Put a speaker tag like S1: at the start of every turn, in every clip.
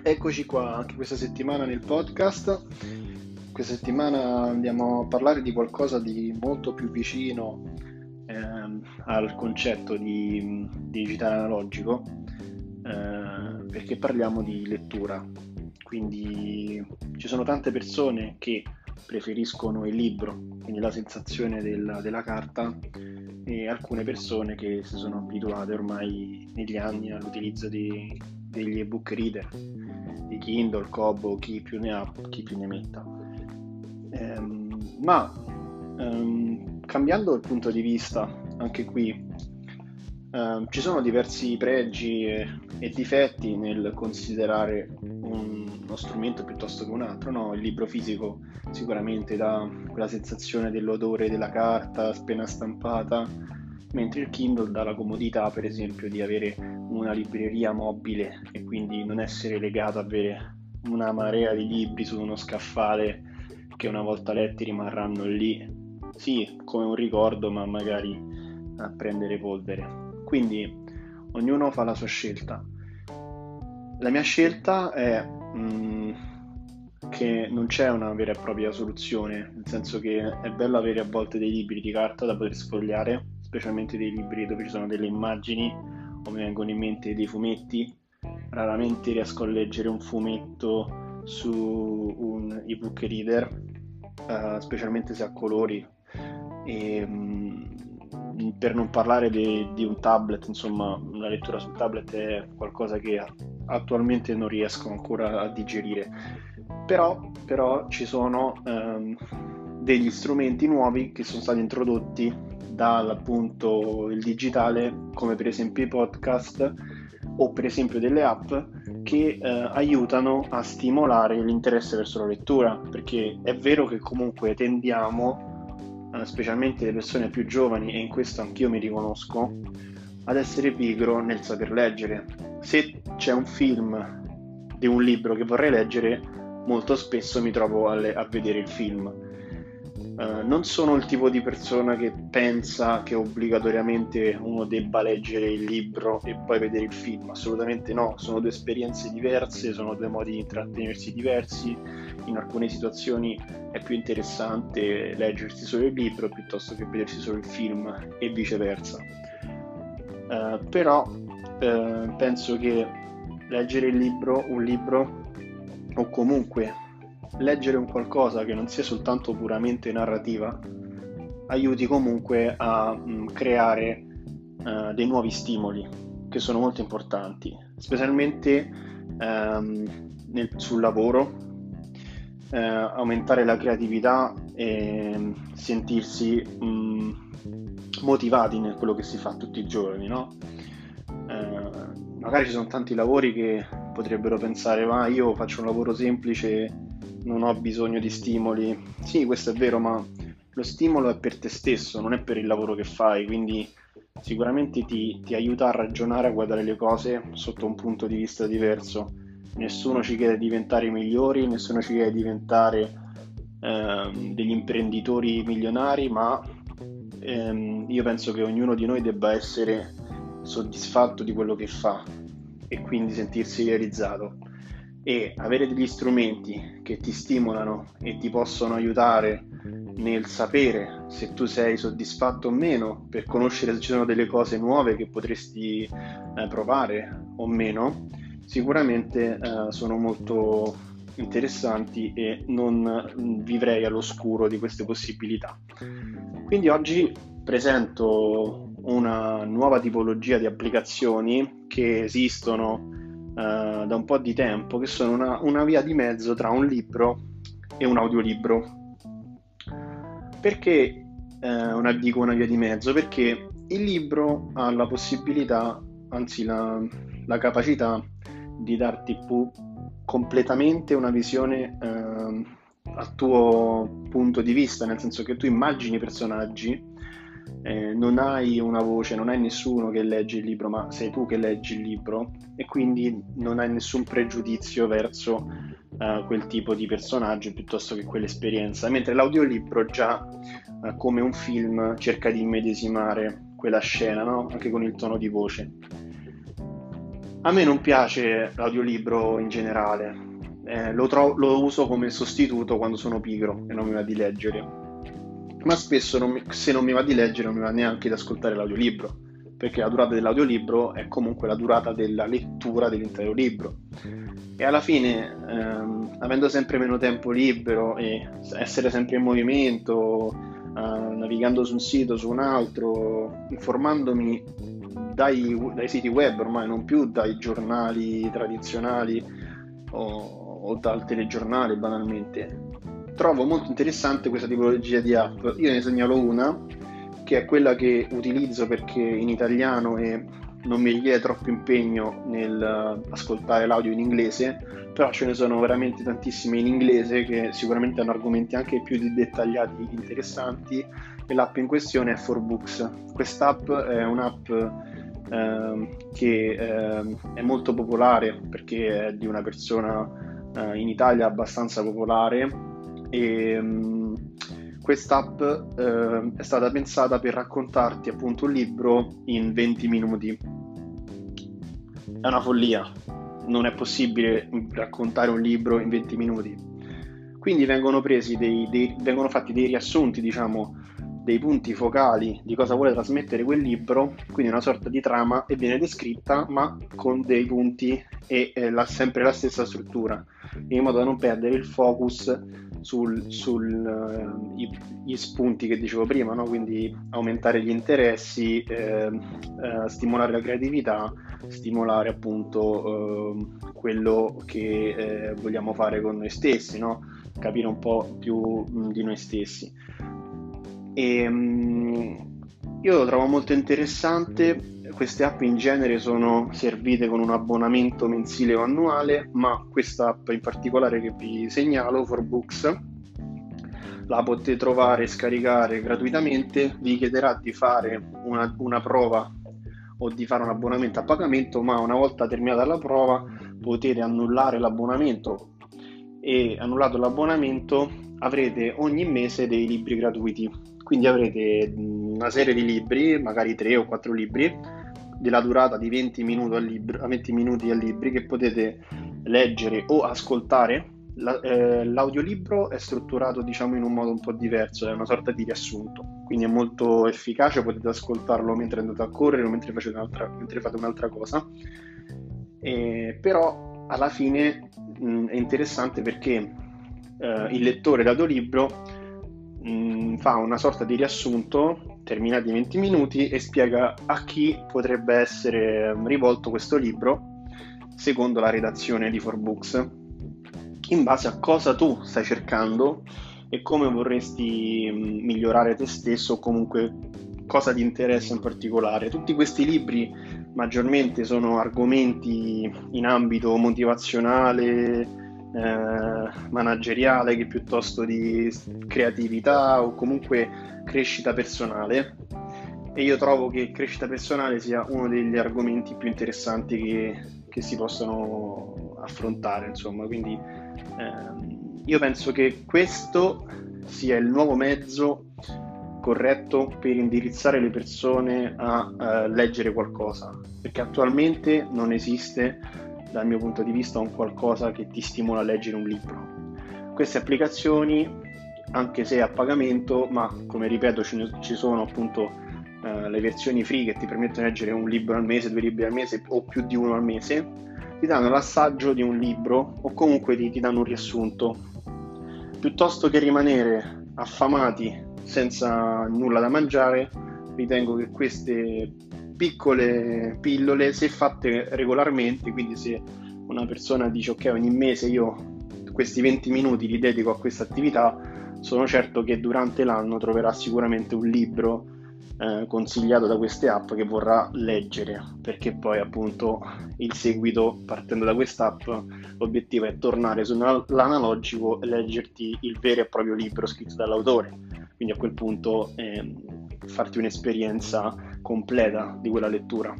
S1: Eccoci qua anche questa settimana nel podcast. Questa settimana andiamo a parlare di qualcosa di molto più vicino al concetto di digitale analogico, perché parliamo di lettura. Quindi ci sono tante persone che preferiscono il libro, quindi la sensazione della carta, e alcune persone che si sono abituate ormai negli anni all'utilizzo degli ebook reader, di Kindle, Kobo, chi più ne ha, chi più ne metta. Cambiando il punto di vista, anche qui ci sono diversi pregi e difetti nel considerare uno strumento piuttosto che un altro, no? Il libro fisico sicuramente dà quella sensazione dell'odore della carta appena stampata, mentre il Kindle dà la comodità, per esempio, di avere una libreria mobile e quindi non essere legato a avere una marea di libri su uno scaffale che una volta letti rimarranno lì, sì, come un ricordo, ma magari a prendere polvere. Quindi ognuno fa la sua scelta. La mia scelta è che non c'è una vera e propria soluzione, nel senso che è bello avere a volte dei libri di carta da poter sfogliare, specialmente dei libri dove ci sono delle immagini o mi vengono in mente dei fumetti. Raramente riesco a leggere un fumetto su un ebook reader, specialmente se a colori. E, per non parlare di un tablet, insomma, la lettura sul tablet è qualcosa che attualmente non riesco ancora a digerire. Però ci sono degli strumenti nuovi che sono stati introdotti dall'appunto il digitale, come per esempio i podcast o per esempio delle app che aiutano a stimolare l'interesse verso la lettura, perché è vero che comunque tendiamo, specialmente le persone più giovani, e in questo anch'io mi riconosco, ad essere pigro nel saper leggere. Se c'è un film di un libro che vorrei leggere, molto spesso mi trovo a vedere il film. Non sono il tipo di persona che pensa che obbligatoriamente uno debba leggere il libro e poi vedere il film, assolutamente no, sono due esperienze diverse, sono due modi di intrattenersi diversi. In alcune situazioni è più interessante leggersi solo il libro piuttosto che vedersi solo il film e viceversa. Però penso che leggere un libro, o comunque leggere un qualcosa che non sia soltanto puramente narrativa, aiuti comunque a creare dei nuovi stimoli che sono molto importanti, specialmente sul lavoro, aumentare la creatività e sentirsi motivati nel quello che si fa tutti i giorni, no? Magari ci sono tanti lavori che potrebbero pensare, ma io faccio un lavoro semplice, non ho bisogno di stimoli. Sì, questo è vero, ma lo stimolo è per te stesso, non è per il lavoro che fai, quindi sicuramente ti aiuta a ragionare, a guardare le cose sotto un punto di vista diverso. Nessuno ci chiede di diventare migliori, nessuno ci chiede di diventare degli imprenditori milionari, ma io penso che ognuno di noi debba essere soddisfatto di quello che fa e quindi sentirsi realizzato, e avere degli strumenti che ti stimolano e ti possono aiutare nel sapere se tu sei soddisfatto o meno, per conoscere se ci sono delle cose nuove che potresti provare o meno, sicuramente sono molto interessanti e non vivrei all'oscuro di queste possibilità. Quindi oggi presento una nuova tipologia di applicazioni che esistono da un po' di tempo, che sono una via di mezzo tra un libro e un audiolibro. Perché dico una via di mezzo? Perché il libro ha la possibilità, anzi la capacità di darti completamente una visione a tuo punto di vista, nel senso che tu immagini i personaggi, non hai una voce, non hai nessuno che legge il libro, ma sei tu che leggi il libro, e quindi non hai nessun pregiudizio verso quel tipo di personaggio piuttosto che quell'esperienza, mentre l'audiolibro già come un film cerca di immedesimare quella scena, no? Anche con il tono di voce. A me non piace l'audiolibro in generale. Lo uso come sostituto quando sono pigro e non mi va di leggere, ma spesso se non mi va di leggere non mi va neanche di ascoltare l'audiolibro, perché la durata dell'audiolibro è comunque la durata della lettura dell'intero libro. E alla fine, avendo sempre meno tempo libero e essere sempre in movimento, navigando su un sito, su un altro, informandomi dai siti web ormai, non più dai giornali tradizionali o dal telegiornale banalmente, trovo molto interessante questa tipologia di app. Io ne segnalo una che è quella che utilizzo perché in italiano e non mi richiede troppo impegno nel ascoltare l'audio in inglese, però ce ne sono veramente tantissime in inglese che sicuramente hanno argomenti anche più dettagliati, interessanti, e l'app in questione è ForBooks. Quest'app è un'app che è molto popolare perché è di una persona in Italia abbastanza popolare, e quest'app è stata pensata per raccontarti appunto un libro in 20 minuti. È una follia, non è possibile raccontare un libro in 20 minuti. Quindi vengono fatti dei riassunti, diciamo, dei punti focali di cosa vuole trasmettere quel libro, quindi una sorta di trama, e viene descritta ma con dei punti e sempre la stessa struttura, in modo da non perdere il focus sugli spunti che dicevo prima, no? Quindi aumentare gli interessi, stimolare la creatività, stimolare appunto quello che vogliamo fare con noi stessi, no? Capire un po' più di noi stessi. E io lo trovo molto interessante. Queste app in genere sono servite con un abbonamento mensile o annuale, ma questa app in particolare che vi segnalo, ForBooks, la potete trovare e scaricare gratuitamente. Vi chiederà di fare una prova o di fare un abbonamento a pagamento, ma una volta terminata la prova potete annullare l'abbonamento, e annullato l'abbonamento avrete ogni mese dei libri gratuiti. Quindi avrete una serie di libri, magari 3 o 4 libri, della durata di 20 minuti al libri, che potete leggere o ascoltare. L'audiolibro è strutturato, diciamo, in un modo un po' diverso, è una sorta di riassunto, quindi è molto efficace, potete ascoltarlo mentre andate a correre o mentre fate un'altra cosa. Però alla fine è interessante perché il lettore d'autolibro fa una sorta di riassunto terminati i 20 minuti e spiega a chi potrebbe essere rivolto questo libro secondo la redazione di ForBooks, in base a cosa tu stai cercando e come vorresti migliorare te stesso, o comunque cosa ti interessa in particolare. Tutti questi libri maggiormente sono argomenti in ambito motivazionale, manageriale, che piuttosto di creatività o comunque crescita personale, e io trovo che crescita personale sia uno degli argomenti più interessanti che si possono affrontare, insomma. Quindi io penso che questo sia il nuovo mezzo corretto per indirizzare le persone a leggere qualcosa, perché attualmente non esiste, dal mio punto di vista, un qualcosa che ti stimola a leggere un libro. Queste applicazioni, anche se a pagamento, ma come ripeto ci sono appunto le versioni free che ti permettono di leggere un libro al mese, 2 libri al mese o più di uno al mese, ti danno l'assaggio di un libro o comunque ti danno un riassunto. Piuttosto che rimanere affamati senza nulla da mangiare, ritengo che queste piccole pillole, se fatte regolarmente, quindi se una persona dice ok, ogni mese io questi 20 minuti li dedico a questa attività, sono certo che durante l'anno troverà sicuramente un libro consigliato da queste app che vorrà leggere, perché poi appunto il seguito, partendo da quest'app, l'obiettivo è tornare sull'analogico e leggerti il vero e proprio libro scritto dall'autore, quindi a quel punto farti un'esperienza completa di quella lettura.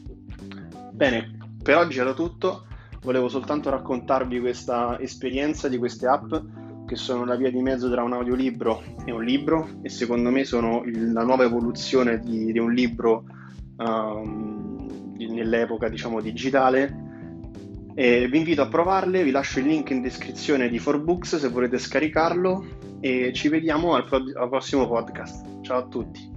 S1: Bene, per oggi era tutto. Volevo soltanto raccontarvi questa esperienza di queste app, che sono la via di mezzo tra un audiolibro e un libro, e secondo me sono la nuova evoluzione di un libro nell'epoca, diciamo, digitale. E vi invito a provarle, vi lascio il link in descrizione di 4Books se volete scaricarlo e ci vediamo al prossimo podcast. Ciao a tutti.